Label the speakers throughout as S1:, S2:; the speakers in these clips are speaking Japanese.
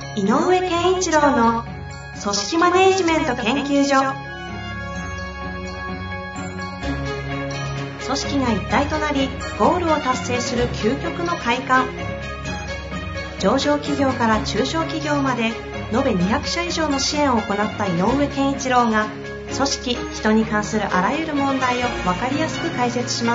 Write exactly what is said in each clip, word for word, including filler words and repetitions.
S1: 井上健一郎の組織マネジメント研究所。組織が一体となりゴールを達成する究極の快感。上場企業から中小企業まで延べにひゃくしゃ以上の支援を行った井上健一郎が、組織・人に関するあらゆる問題を分かりやすく解説します。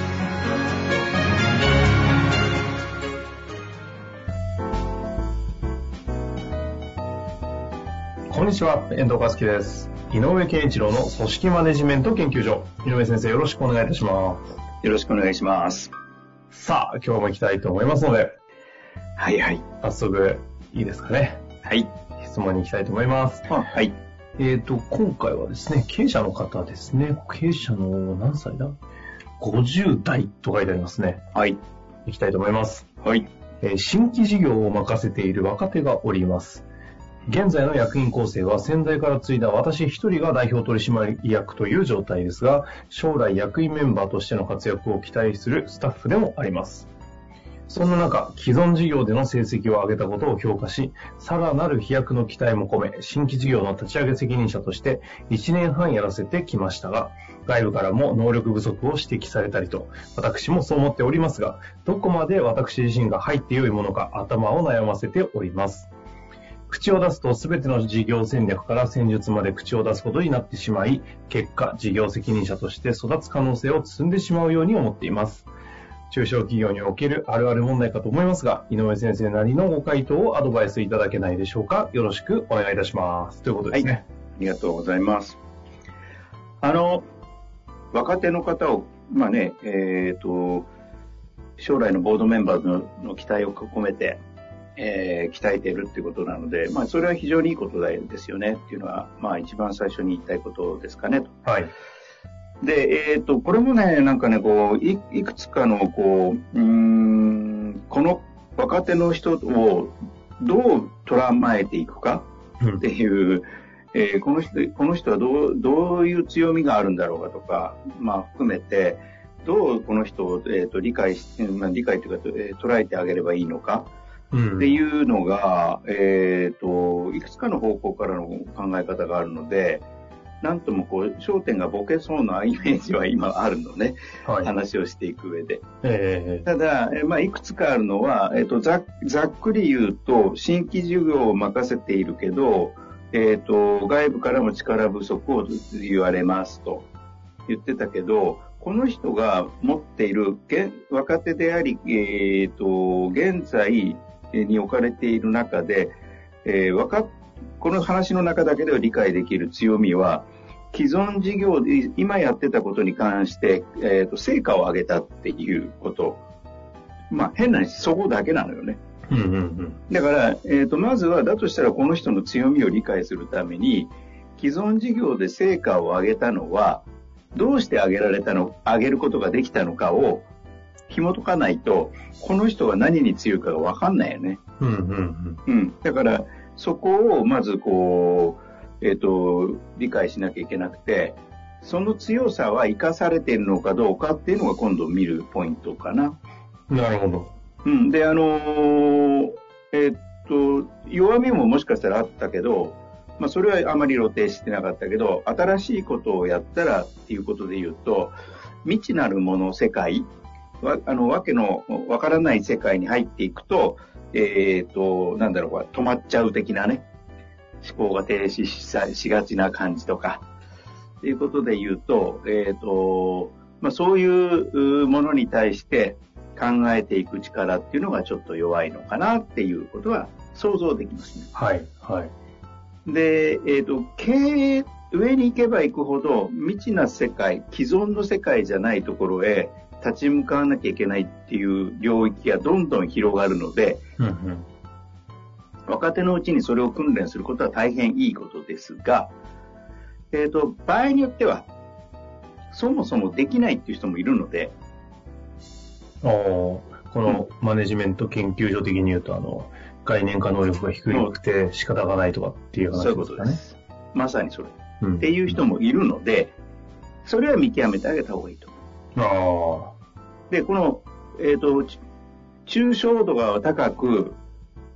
S2: こんにちは、遠藤和樹です。井上健一郎の組織マネジメント研究所。井上先生、よろしくお願いいたします。
S3: よろしくお願いします。
S2: さあ、今日も行きたいと思いますので、
S3: はいはい。
S2: 早速、いいですかね。
S3: はい。
S2: 質問に行きたいと思います。
S3: あ、はい。
S2: えっと、今回はですね、経営者の方ですね。経営者の何歳だ ?ごじゅう 代と書いてありますね。
S3: はい。
S2: 行きたいと思います。
S3: はい。
S2: えー、新規事業を任せている若手がおります。現在の役員構成は先代から継いだ私一人が代表取締役という状態ですが、将来役員メンバーとしての活躍を期待するスタッフでもあります。そんな中、既存事業での成績を上げたことを評価し、さらなる飛躍の期待も込め、新規事業の立ち上げ責任者としていちねんはんやらせてきましたが、外部からも能力不足を指摘されたりと、私もそう思っておりますが、どこまで私自身が入って良いものか頭を悩ませております。口を出すと全ての事業戦略から戦術まで口を出すことになってしまい、結果事業責任者として育つ可能性を積んでしまうように思っています。中小企業におけるあるある問題かと思いますが、井上先生なりのご回答をアドバイスいただけないでしょうか。よろしくお願いいたします。ということですね。はい、
S3: ありがとうございます。あの若手の方をまあね、えっと将来のボードメンバー の, の期待を込めて、えー、鍛えているっていうことなので、まあそれは非常にいいことですよねっていうのは、まあ一番最初に言いたいことですかねと。
S2: はい。
S3: で、えっと、これもね、なんかね、こう、い, いくつかの、こう、うーん、この若手の人をどう捉えていくかっていう、うんえー、この人、この人はどう、どういう強みがあるんだろうかとか、まあ含めて、どうこの人を、えー、と理解し、まあ、理解というか、えー、捉えてあげればいいのかっていうのが、うん、えっと、いくつかの方向からの考え方があるので、なんともこう焦点がボケそうなイメージは今あるのね、はい、話をしていく上で、えー、ただ、えーまあ、いくつかあるのは、えーと、ざ, ざっくり言うと新規事業を任せているけど、えーと、外部からも力不足を言われますと言ってたけど、この人が持っている若手であり、えーと、現在に置かれている中で、えー、わかこの話の中だけでは理解できる強みは、既存事業で今やってたことに関して、えーと、成果を上げたっていうこと。まあ変な話、そこだけなのよね。うんうんうん、だから、えーと、まずはだとしたらこの人の強みを理解するために、既存事業で成果を上げたのは、どうして上げられたの、上げることができたのかを紐解かないと、この人が何に強いかが分かんないよね。うんうんうんうん、だから、そこをまずこう、えっと、理解しなきゃいけなくて、その強さは生かされているのかどうかっていうのが今度見るポイントかな。
S2: なるほど。
S3: うん。で、あのー、えっと、弱みももしかしたらあったけど、まあそれはあまり露呈してなかったけど、新しいことをやったらっていうことで言うと、未知なるもの世界、わあの、わけのわからない世界に入っていくと、えっと、なんだろう、止まっちゃう的なね。思考が停止 し, しがちな感じとかということで言うと、えっと、まあ、そういうものに対して考えていく力っていうのがちょっと弱いのかなっていうことは想像できますね。
S2: はいはい。
S3: で、えっと、経営上に行けば行くほど未知な世界、既存の世界じゃないところへ立ち向かわなきゃいけないっていう領域がどんどん広がるので。うんうん若手のうちにそれを訓練することは大変いいことですが、えっと、場合によっては、そもそもできないっていう人もいるので。
S2: あこのマネジメント研究所的に言うと、あの、概念化能力が低くて仕方がないとかっていう話ですかね。そういうことです。
S3: まさにそれ。うん、っていう人もいるので、それは見極めてあげた方がいいと。あで、この、えっと、抽象度が高く、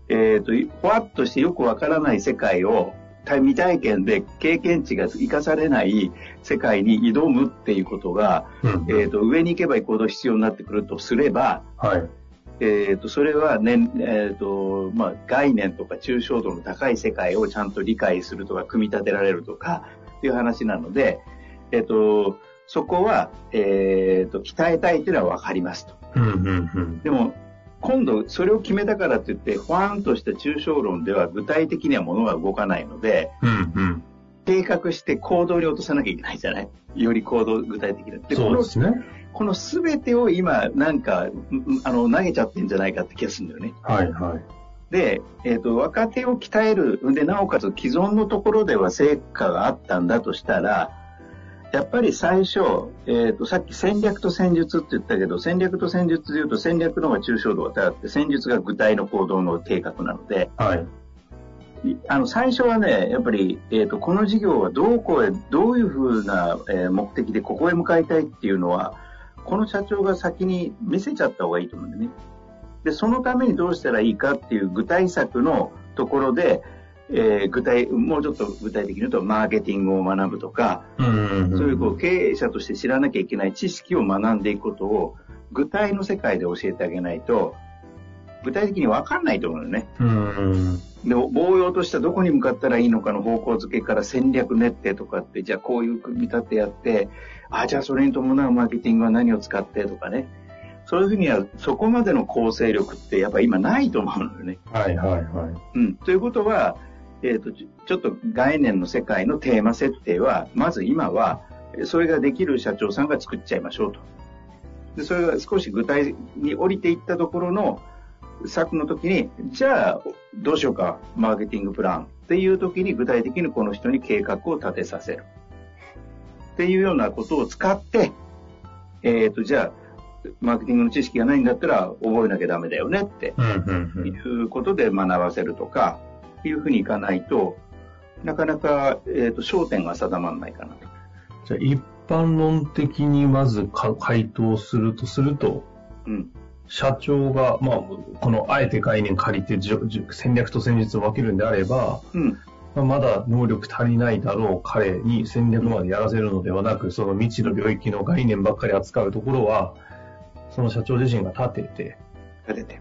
S3: えっと、ふわっとしてよくわからない世界を、未体験で経験値が生かされない世界に挑むっていうことが、うん、えっと、上に行けば行くほど必要になってくるとすれば、はい。えっと、それはね、えっと、まあ、概念とか抽象度の高い世界をちゃんと理解するとか、組み立てられるとか、いう話なので、えっと、そこは、えっと、鍛えたいというのはわかりますと。うんうんうん、でも、今度、それを決めたからといって、ふわんとした抽象論では具体的には物が動かないので、うんうん、計画して行動に落とさなきゃいけないじゃない？より行動具体的な。で、そうですね。この全てを今、なんか、あの、投げちゃってんじゃないかって気がするんだよね。はいはい。で、えっと、若手を鍛える。で、なおかつ既存のところでは成果があったんだとしたら、やっぱり最初、えっと、さっき戦略と戦術って言ったけど、戦略と戦術で言うと戦略の方が抽象度が高くて、戦術が具体の行動の計画なので、はい。あの、最初はね、やっぱり、えっと、この事業はどこへ、どういうふうな、えー、目的でここへ向かいたいっていうのは、この社長が先に見せちゃった方がいいと思うんだよね。で、そのためにどうしたらいいかっていう具体策のところで、えー、具体、もうちょっと具体的に言うと、マーケティングを学ぶとか、うんうんうん、そういうこう経営者として知らなきゃいけない知識を学んでいくことを、具体の世界で教えてあげないと、具体的に分かんないと思うよね。うんうん、で、棒用としたどこに向かったらいいのかの方向づけから戦略練ってとかって、じゃあこういう組み立てやって、あ、じゃあそれに伴うマーケティングは何を使ってとかね。そういうふうには、そこまでの構成力ってやっぱ今ないと思うのよね。はいはいはい。うん。ということは、えっと、ちょっと概念の世界のテーマ設定は、まず今は、それができる社長さんが作っちゃいましょうと。で、それが少し具体に降りていったところの策の時に、じゃあ、どうしようか、マーケティングプランっていう時に具体的にこの人に計画を立てさせる。っていうようなことを使って、えっと、じゃあ、マーケティングの知識がないんだったら覚えなきゃダメだよねっていうことで学ばせるとかいうふうにいかないとなかなか、えーと、焦点が定まらないかなと。
S2: じゃあ一般論的にまず回答するとすると、うん、社長が、まあ、このあえて概念借りて戦略と戦術を分けるんであれば、うんまあ、まだ能力足りないだろう彼に戦略までやらせるのではなく、その未知の領域の概念ばっかり扱うところはその社長自身が立てて、立てて、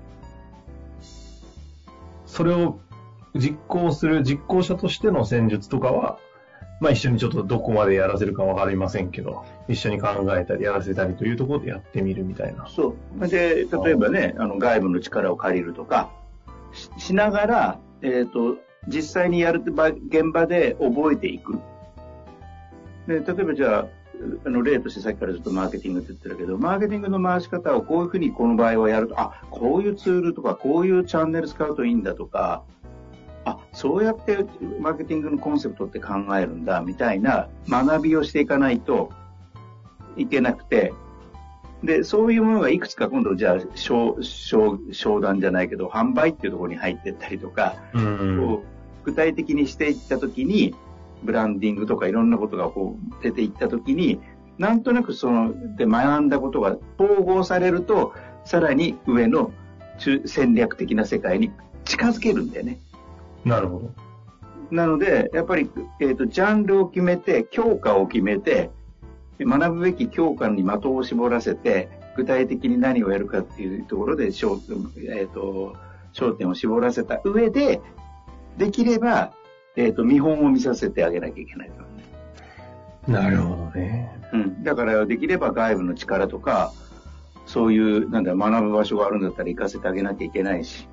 S2: それを実行する実行者としての戦術とかは、まあ一緒にちょっとどこまでやらせるかわかりませんけど、一緒に考えたりやらせたりというところでやってみるみたいな。
S3: そう。で、例えばね、あの外部の力を借りるとかし、しながら、えっと、実際にやる現場で覚えていく。で、例えばじゃあ、あの例としてさっきからずっとマーケティングって言ってるけど、マーケティングの回し方をこういうふうにこの場合はやると、あ、こういうツールとかこういうチャンネル使うといいんだとか、あ、そうやってマーケティングのコンセプトって考えるんだみたいな学びをしていかないといけなくて、で、そういうものがいくつか今度じゃあ商、商、商談じゃないけど販売っていうところに入っていったりとか、うん、こう具体的にしていったときに、ブランディングとかいろんなことがこう出ていったときに、なんとなくそので学んだことが統合されると、さらに上の戦略的な世界に近づけるんだよね。
S2: なるほど。
S3: なので、やっぱり、えっと、ジャンルを決めて、教科を決めて、学ぶべき教科に的を絞らせて、具体的に何をやるかっていうところで、焦、えっと、焦点を絞らせた上で、できれば、えっと、見本を見させてあげなきゃいけないからね。
S2: なるほどね。
S3: うん。だから、できれば外部の力とか、そういう、なんだ、学ぶ場所があるんだったら行かせてあげなきゃいけないし。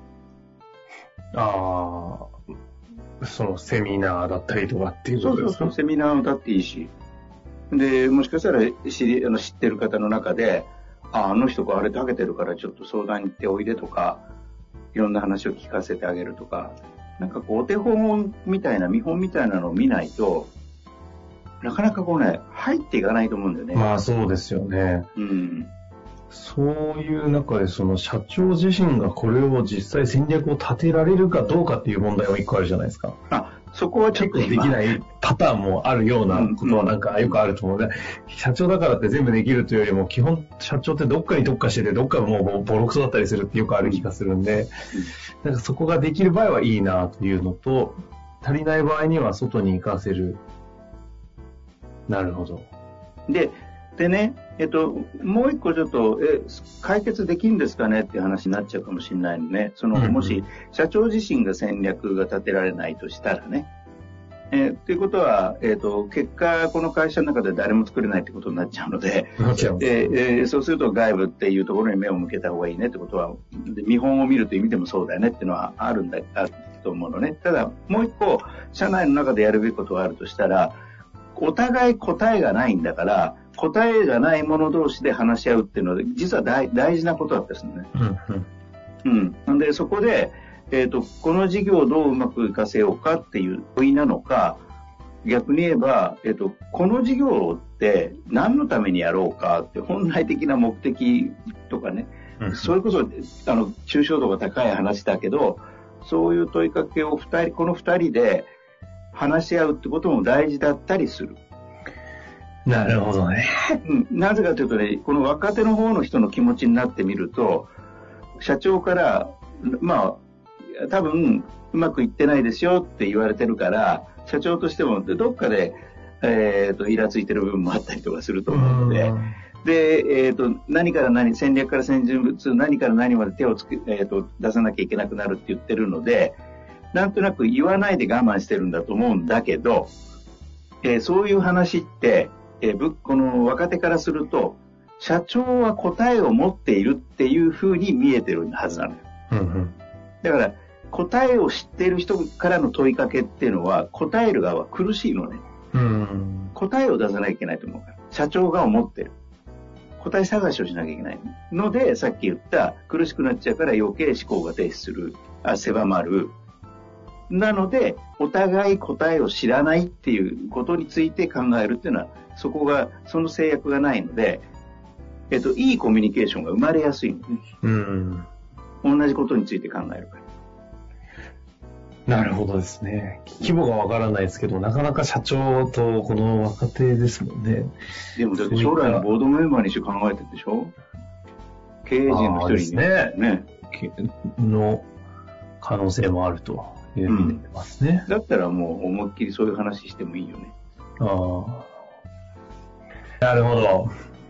S2: ああ、そのセミナーだったりとかっていうことですか？
S3: そうそうそう、セミナーだっていいし。で、もしかしたら知り、あの、知ってる方の中で、あ、あの人があれかけてるからちょっと相談に行っておいでとか、いろんな話を聞かせてあげるとか、なんかこうお手本みたいな見本みたいなのを見ないとなかなかこうね入っていかないと思うんだよね。
S2: まあそうですよね。うん。そういう中でその社長自身がこれを実際戦略を立てられるかどうかっていう問題も一個あるじゃないですか。
S3: あ、 そこはちょっと
S2: 結構できないパターンもあるようなことはなんかよくあると思うので、社長だからって全部できるというよりも、基本社長ってどっかに特化してて、どっかもうボロクソだったりするってよくある気がするんで、なんかそこができる場合はいいなというのと、足りない場合には外に行かせる。なるほど。
S3: で、でね、えっと、もう一個ちょっと、え、解決できるんですかねっていう話になっちゃうかもしれないのね。その、もし、社長自身が戦略が立てられないとしたらね。えー、ということは、えっと、結果、この会社の中で誰も作れないってことになっちゃうので、えーえー、そうすると外部っていうところに目を向けた方がいいねってことは、見本を見るという意味でもそうだよねっていうのはあるんだ、あると思うのね。ただ、もう一個、社内の中でやるべきことがあるとしたら、お互い答えがないんだから、答えがない者同士で話し合うっていうのは実は 大, 大事なことだったですね。うん、うん。なんでそこで、えっと、この事業をどううまく活かせようかっていう問いなのか、逆に言えば、えっと、この事業って何のためにやろうかって本来的な目的とかね、うん、それこそ、あの、抽象度が高い話だけど、そういう問いかけを二人、この二人で話し合うってことも大事だったりする。
S2: なるほどね。
S3: うん、なぜかというとね、この若手の方の人の気持ちになってみると、社長から、まあ、多分、うまくいってないですよって言われてるから、社長としてもどっかで、えっと、イラついてる部分もあったりとかすると思うので、で、えっと、何から何、戦略から戦術、何から何まで手をつけ、えっと、出さなきゃいけなくなるって言ってるので、なんとなく言わないで我慢してるんだと思うんだけど、えー、そういう話って、えー、この若手からすると、社長は答えを持っているっていう風に見えてるはずなのよ。うんうん、だから、答えを知っている人からの問いかけっていうのは、答える側は苦しいのね。うん、答えを出さなきゃいけないと思うから。社長が思ってる。答え探しをしなきゃいけないので、さっき言った苦しくなっちゃうから余計思考が停止する、あ、狭まる。なので、お互い答えを知らないっていうことについて考えるっていうのは、そこが、その制約がないので、えっと、いいコミュニケーションが生まれやすいのね。うん。同じことについて考えるから。
S2: なるほどですね。規模がわからないですけど、なかなか社長とこの若手ですもんね。
S3: でも、だって将来のボードメンバーにして考えてるでしょ？経営陣の一人にね。ね。
S2: の可能性もあるというふうに言ってますね、
S3: うん。だったらもう思いっきりそういう話してもいいよね。ああ。
S2: なるほど。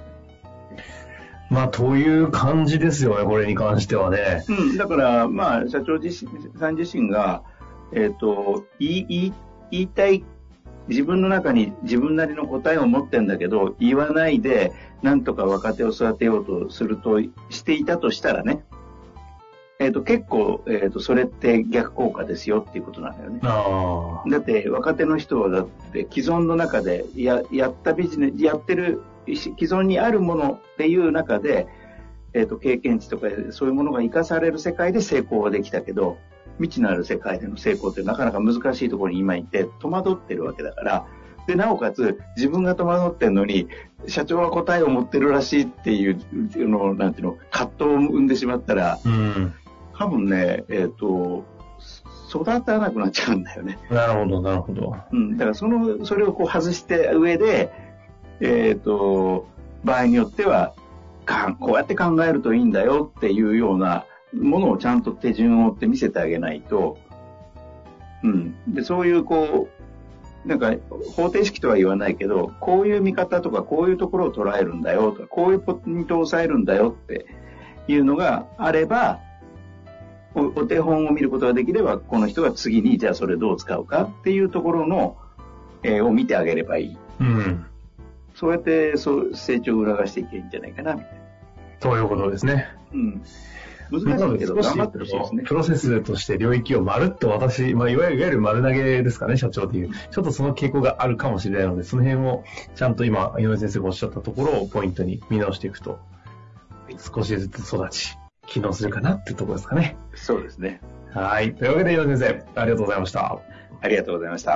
S2: まあ、という感じですよね、これに関してはね。
S3: うん、だから、まあ、社長自身さん自身が、えっと、言い、言い、言いたい、自分の中に自分なりの答えを持ってんだけど、言わないで、なんとか若手を育てようとすると、していたとしたらね、えっと、結構、えっと、それって逆効果ですよっていうことなんだよね。あだって、若手の人はだって、既存の中でや、やったビジネス、やってる、既存にあるものっていう中で、えっと、経験値とかそういうものが活かされる世界で成功はできたけど、未知のある世界での成功ってなかなか難しいところに今いて戸惑ってるわけだから、で、なおかつ自分が戸惑ってるのに、社長は答えを持ってるらしいっていう、のなんていうの、葛藤を生んでしまったら、うん、多分ね、えっと、育たなくなっちゃうんだよね。
S2: なるほど、なるほど。
S3: うん、だからその、それをこう外して上で、えっと、場合によっては、こうやって考えるといいんだよっていうようなものをちゃんと手順を追って見せてあげないと、うん。で、そういうこう、なんか方程式とは言わないけど、こういう見方とかこういうところを捉えるんだよとか、こういうポイントを抑えるんだよっていうのがあれば、お, お手本を見ることができれば、この人が次にじゃあそれどう使うかっていうところの、えー、を見てあげればいい。うん。そうやってそう成長を促していけばいいんじゃないかなみたいな。
S2: そういうことですね。うん。
S3: 難しいけど頑張ってほしいですね。
S2: プロセスとして領域をまるっと私、まあ、いわゆるいわゆる丸投げですかね、社長という。ちょっとその傾向があるかもしれないので、その辺をちゃんと今、井上先生がおっしゃったところをポイントに見直していくと、少しずつ育ち、機能するかなっていうところですかね。
S3: そうですね。
S2: はい。というわけで、井上先生、ありがとうございました。
S3: ありがとうございました。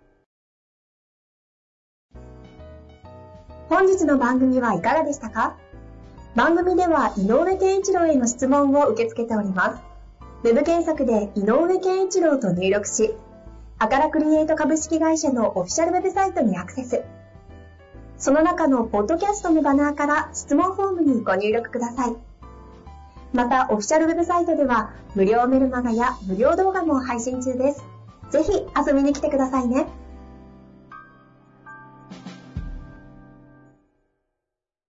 S1: 本日の番組はいかがでしたか？
S4: 番組では井上健一郎への質問を受け付けております。ウェブ検索で井上健一郎と入力し、アカラクリエイト株式会社のオフィシャルウェブサイトにアクセス。その中のポッドキャストのバナーから質問フォームにご入力ください。また、オフィシャルウェブサイトでは無料メルマガや無料動画も配信中です。ぜひ遊びに来てくださいね。